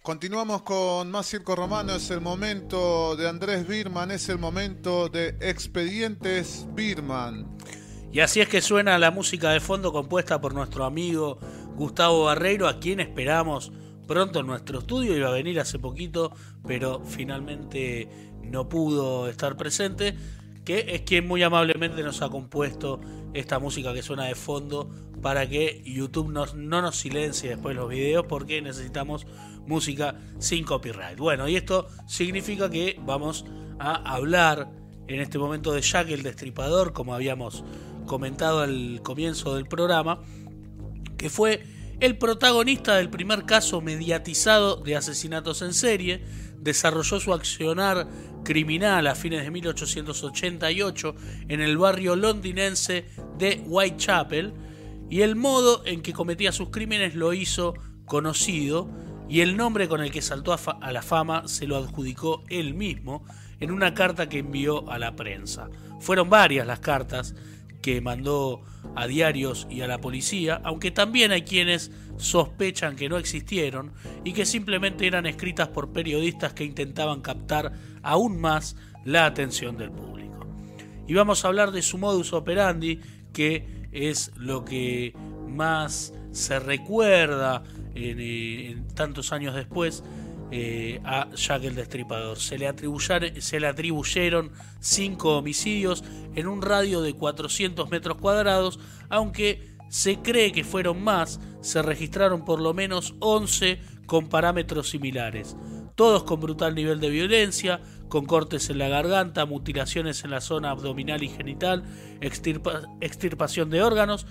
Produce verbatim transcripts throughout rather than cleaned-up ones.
Continuamos con más Circo Romano, es el momento de Andrés Birman, es el momento de Expedientes Birman. Y así es que suena la música de fondo compuesta por nuestro amigo Gustavo Barreiro, a quien esperamos pronto en nuestro estudio. Iba a venir hace poquito, pero finalmente no pudo estar presente, que es quien muy amablemente nos ha compuesto esta música que suena de fondo para que YouTube nos, no nos silencie después los videos, porque necesitamos música sin copyright. Bueno, y esto significa que vamos a hablar en este momento de Jack el Destripador, como habíamos comentado al comienzo del programa, que fue el protagonista del primer caso mediatizado de asesinatos en serie. Desarrolló su accionar criminal a fines de mil ochocientos ochenta y ocho en el barrio londinense de Whitechapel, y el modo en que cometía sus crímenes lo hizo conocido, y el nombre con el que saltó a, fa- a la fama se lo adjudicó él mismo en una carta que envió a la prensa. Fueron varias las cartas que mandó a diarios y a la policía, aunque también hay quienes sospechan que no existieron y que simplemente eran escritas por periodistas que intentaban captar aún más la atención del público. Y vamos a hablar de su modus operandi, que es lo que más se recuerda en, en tantos años después eh, a Jack el Destripador. Se le, se le atribuyeron cinco homicidios en un radio de cuatrocientos metros cuadrados, aunque se cree que fueron más. Se registraron por lo menos once con parámetros similares, todos con brutal nivel de violencia, con cortes en la garganta, mutilaciones en la zona abdominal y genital, extirpa, extirpación de órganos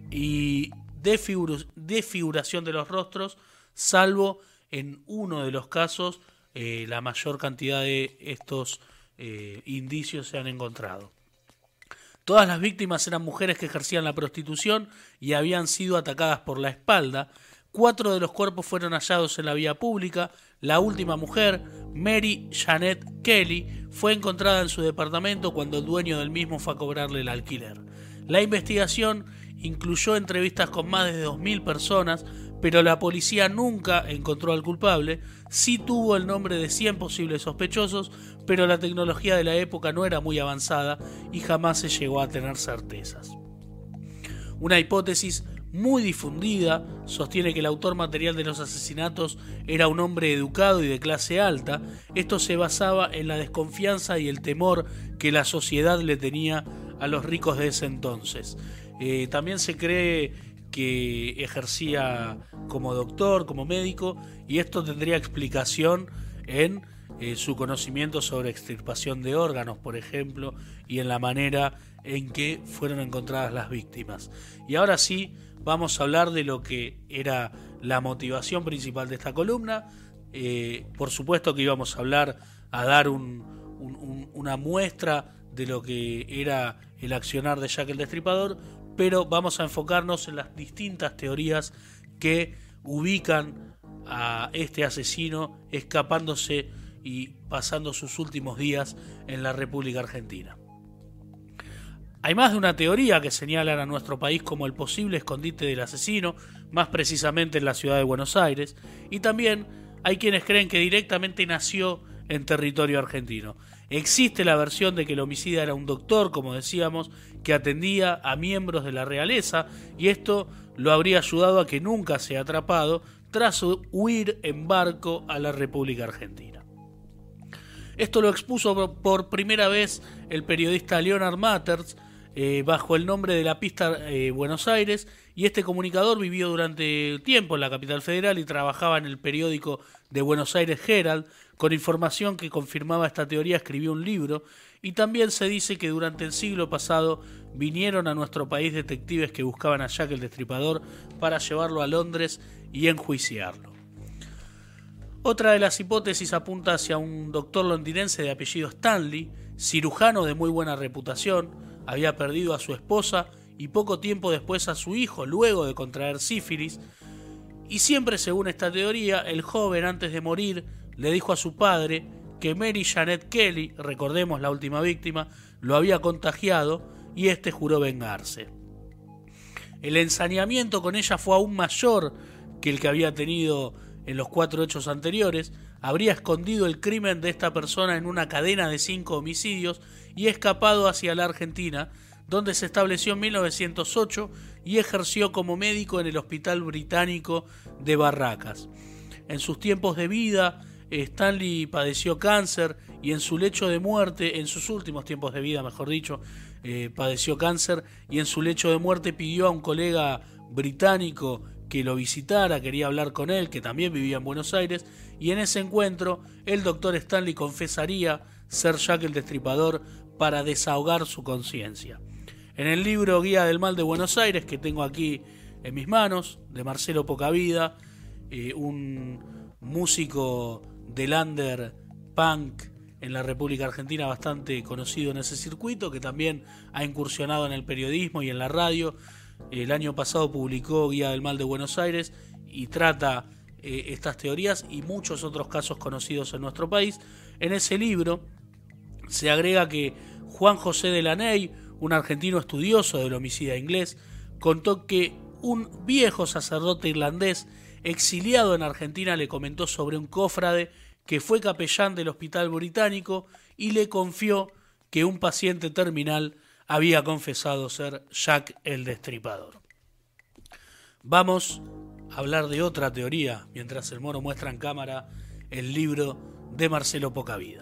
y desfigur, desfiguración de los rostros, salvo en uno de los casos eh, la mayor cantidad de estos eh, indicios se han encontrado. Todas las víctimas eran mujeres que ejercían la prostitución y habían sido atacadas por la espalda. Cuatro de los cuerpos fueron hallados en la vía pública. La última mujer, Mary Janet Kelly, fue encontrada en su departamento cuando el dueño del mismo fue a cobrarle el alquiler. La investigación incluyó entrevistas con más de dos mil personas, pero la policía nunca encontró al culpable. Sí tuvo el nombre de cien posibles sospechosos, pero la tecnología de la época no era muy avanzada y jamás se llegó a tener certezas. Una hipótesis muy difundida sostiene que el autor material de los asesinatos era un hombre educado y de clase alta. Esto se basaba en la desconfianza y el temor que la sociedad le tenía a los ricos de ese entonces. Eh, también se cree que ejercía como doctor, como médico, y esto tendría explicación en eh, su conocimiento sobre extirpación de órganos, por ejemplo, y en la manera en que fueron encontradas las víctimas. Y ahora sí, vamos a hablar de lo que era la motivación principal de esta columna. Eh, por supuesto que íbamos a hablar, a dar un, un, un, una muestra de lo que era el accionar de Jack el Destripador, pero vamos a enfocarnos en las distintas teorías que ubican a este asesino escapándose y pasando sus últimos días en la República Argentina. Hay más de una teoría que señalan a nuestro país como el posible escondite del asesino, más precisamente en la ciudad de Buenos Aires, y también hay quienes creen que directamente nació en territorio argentino. Existe la versión de que el homicida era un doctor, como decíamos, que atendía a miembros de la realeza, y esto lo habría ayudado a que nunca sea atrapado tras huir en barco a la República Argentina. Esto lo expuso por primera vez el periodista Leonard Matters, eh, bajo el nombre de La Pista eh, Buenos Aires, y este comunicador vivió durante tiempo en la capital federal y trabajaba en el periódico de Buenos Aires Herald. Con información que confirmaba esta teoría escribió un libro, y también se dice que durante el siglo pasado vinieron a nuestro país detectives que buscaban a Jack el Destripador para llevarlo a Londres y enjuiciarlo. Otra de las hipótesis apunta hacia un doctor londinense de apellido Stanley, cirujano de muy buena reputación. Había perdido a su esposa y poco tiempo después a su hijo luego de contraer sífilis, y siempre según esta teoría el joven antes de morir le dijo a su padre que Mary Janet Kelly, recordemos la última víctima, lo había contagiado y este juró vengarse. El ensañamiento con ella fue aún mayor que el que había tenido en los cuatro hechos anteriores, habría escondido el crimen de esta persona en una cadena de cinco homicidios y escapado hacia la Argentina, donde se estableció en mil novecientos ocho y ejerció como médico en el Hospital Británico de Barracas. En sus tiempos de vida, Stanley padeció cáncer y en su lecho de muerte, en sus últimos tiempos de vida, mejor dicho, eh, padeció cáncer y en su lecho de muerte pidió a un colega británico que lo visitara, quería hablar con él, que también vivía en Buenos Aires, y en ese encuentro el doctor Stanley confesaría ser Jack el Destripador para desahogar su conciencia. En el libro Guía del Mal de Buenos Aires, que tengo aquí en mis manos, de Marcelo Pocavida, eh, un músico del under punk en la República Argentina bastante conocido en ese circuito, que también ha incursionado en el periodismo y en la radio. El año pasado publicó Guía del Mal de Buenos Aires y trata eh, estas teorías y muchos otros casos conocidos en nuestro país. En ese libro se agrega que Juan José de Laney, un argentino estudioso del homicida inglés, contó que un viejo sacerdote irlandés exiliado en Argentina le comentó sobre un cofrade que fue capellán del Hospital Británico y le confió que un paciente terminal había confesado ser Jack el Destripador. Vamos a hablar de otra teoría, mientras el Moro muestra en cámara el libro de Marcelo Pocavida.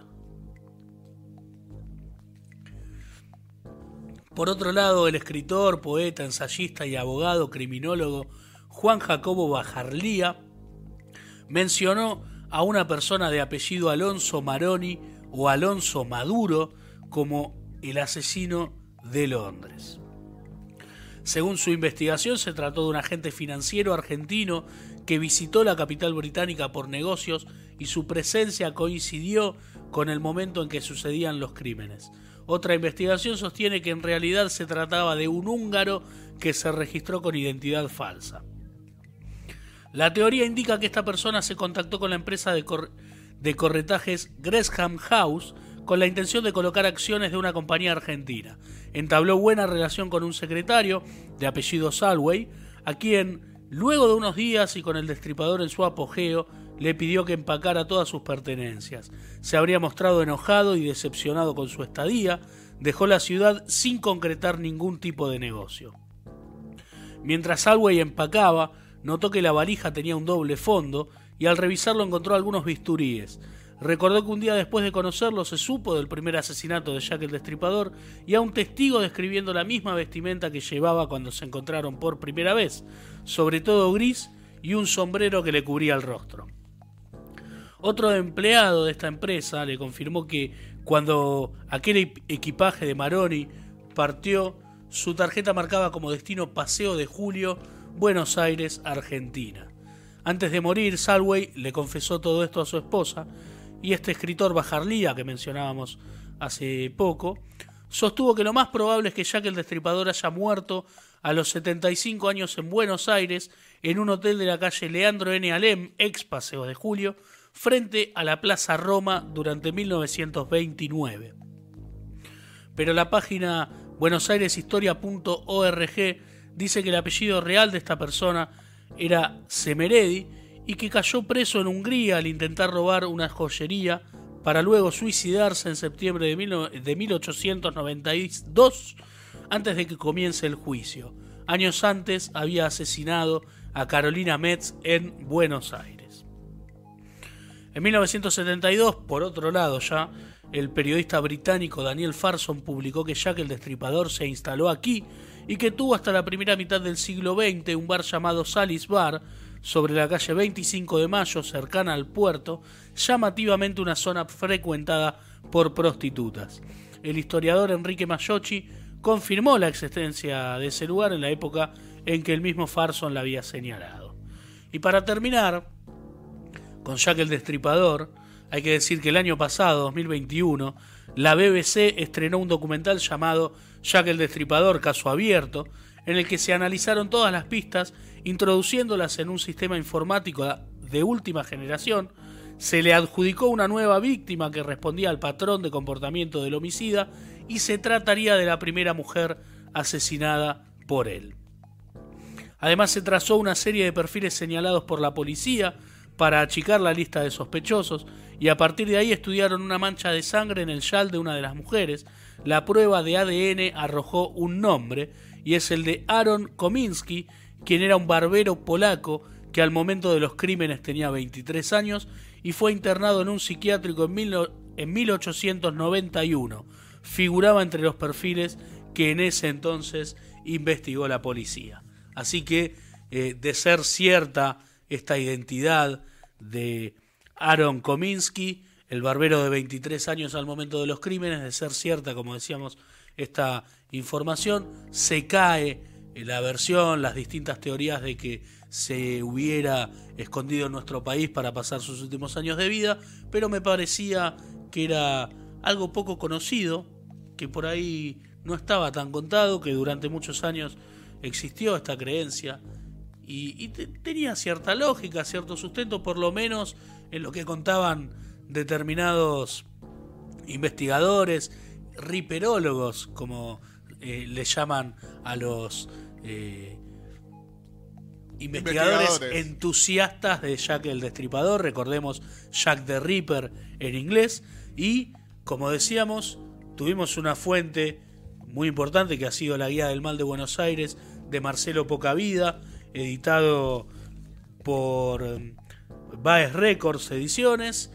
Por otro lado, el escritor, poeta, ensayista y abogado criminólogo Juan Jacobo Bajarlía mencionó a una persona de apellido Alonso Maroni o Alonso Maduro como el asesino de Londres. Según su investigación, se trató de un agente financiero argentino que visitó la capital británica por negocios y su presencia coincidió con el momento en que sucedían los crímenes. Otra investigación sostiene que en realidad se trataba de un húngaro que se registró con identidad falsa. La teoría indica que esta persona se contactó con la empresa de, cor- de corretajes Gresham House con la intención de colocar acciones de una compañía argentina. Entabló buena relación con un secretario de apellido Salway, a quien, luego de unos días y con el destripador en su apogeo, le pidió que empacara todas sus pertenencias. Se habría mostrado enojado y decepcionado con su estadía, dejó la ciudad sin concretar ningún tipo de negocio. Mientras Salway empacaba, notó que la valija tenía un doble fondo y al revisarlo encontró algunos bisturíes. Recordó que un día después de conocerlo se supo del primer asesinato de Jack el Destripador y a un testigo describiendo la misma vestimenta que llevaba cuando se encontraron por primera vez, sobre todo gris y un sombrero que le cubría el rostro. Otro empleado de esta empresa le confirmó que cuando aquel equipaje de Maroni partió, su tarjeta marcaba como destino Paseo de Julio, Buenos Aires, Argentina. Antes de morir, Salway le confesó todo esto a su esposa, y este escritor Bajarlía, que mencionábamos hace poco, sostuvo que lo más probable es que Jack el Destripador haya muerto a los setenta y cinco años en Buenos Aires, en un hotel de la calle Leandro N. Alem, ex Paseo de Julio, frente a la Plaza Roma durante mil novecientos veintinueve. Pero la página buenos aires historia punto org dice que el apellido real de esta persona era Semeredi y que cayó preso en Hungría al intentar robar una joyería para luego suicidarse en septiembre de mil ochocientos noventa y dos antes de que comience el juicio. Años antes había asesinado a Carolina Metz en Buenos Aires. En mil novecientos setenta y dos, por otro lado ya, el periodista británico Daniel Farson publicó que Jack el Destripador se instaló aquí y que tuvo hasta la primera mitad del siglo veinte un bar llamado Sally's Bar sobre la calle veinticinco de mayo, cercana al puerto, llamativamente una zona frecuentada por prostitutas. El historiador Enrique Mayocchi confirmó la existencia de ese lugar en la época en que el mismo Farson la había señalado. Y para terminar con Jack el Destripador, hay que decir que el año pasado, dos mil veintiuno, la B B C estrenó un documental llamado Jack el Destripador, caso abierto, en el que se analizaron todas las pistas, introduciéndolas en un sistema informático de última generación. Se le adjudicó una nueva víctima que respondía al patrón de comportamiento del homicida y se trataría de la primera mujer asesinada por él. Además se trazó una serie de perfiles señalados por la policía para achicar la lista de sospechosos, y a partir de ahí estudiaron una mancha de sangre en el yal de una de las mujeres. La prueba de A D N arrojó un nombre, y es el de Aaron Kominski, quien era un barbero polaco que al momento de los crímenes tenía veintitrés años y fue internado en un psiquiátrico en, mil, en mil ochocientos noventa y uno. Figuraba entre los perfiles que en ese entonces investigó la policía. Así que, eh, de ser cierta esta identidad de Aaron Kominski, el barbero de veintitrés años al momento de los crímenes, de ser cierta, como decíamos, esta información, se cae la versión, las distintas teorías de que se hubiera escondido en nuestro país para pasar sus últimos años de vida, pero me parecía que era algo poco conocido, que por ahí no estaba tan contado, que durante muchos años existió esta creencia y, y te, tenía cierta lógica, cierto sustento, por lo menos en lo que contaban determinados investigadores, riperólogos, como eh, le llaman a los eh, investigadores, investigadores entusiastas de Jack el Destripador, recordemos Jack the Ripper en inglés, y como decíamos, tuvimos una fuente muy importante que ha sido La Guía del Mal de Buenos Aires, de Marcelo Pocavida, editado por Baez Records Ediciones,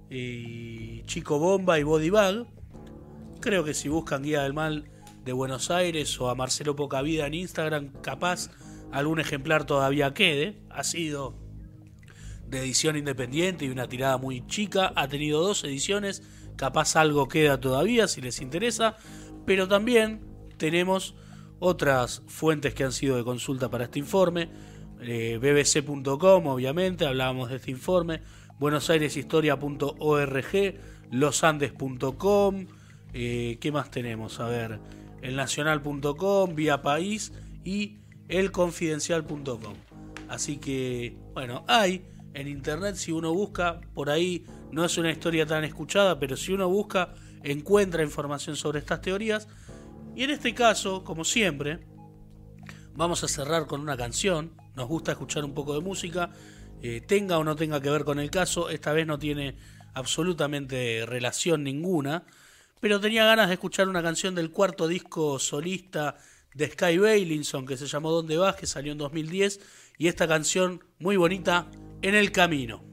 y Chico Bomba y Body Bag. Creo que si buscan Guía del Mal de Buenos Aires o a Marcelo Pocavida en Instagram, capaz algún ejemplar todavía quede. Ha sido de edición independiente y una tirada muy chica, ha tenido dos ediciones, capaz algo queda todavía si les interesa, pero también tenemos otras fuentes que han sido de consulta para este informe, eh, B B C punto com, obviamente, hablábamos de este informe, buenos aires historia punto org, los andes punto com, eh, ¿qué más tenemos? A ver, el nacional punto com, Vía País y el confidencial punto com. Así que, bueno, hay en internet, si uno busca, por ahí no es una historia tan escuchada, pero si uno busca, encuentra información sobre estas teorías. Y en este caso, como siempre, vamos a cerrar con una canción. Nos gusta escuchar un poco de música, eh, tenga o no tenga que ver con el caso. Esta vez no tiene absolutamente relación ninguna, pero tenía ganas de escuchar una canción del cuarto disco solista de Sky Bailinson, que se llamó ¿Dónde vas?, que salió en dos mil diez, y esta canción muy bonita, En el Camino.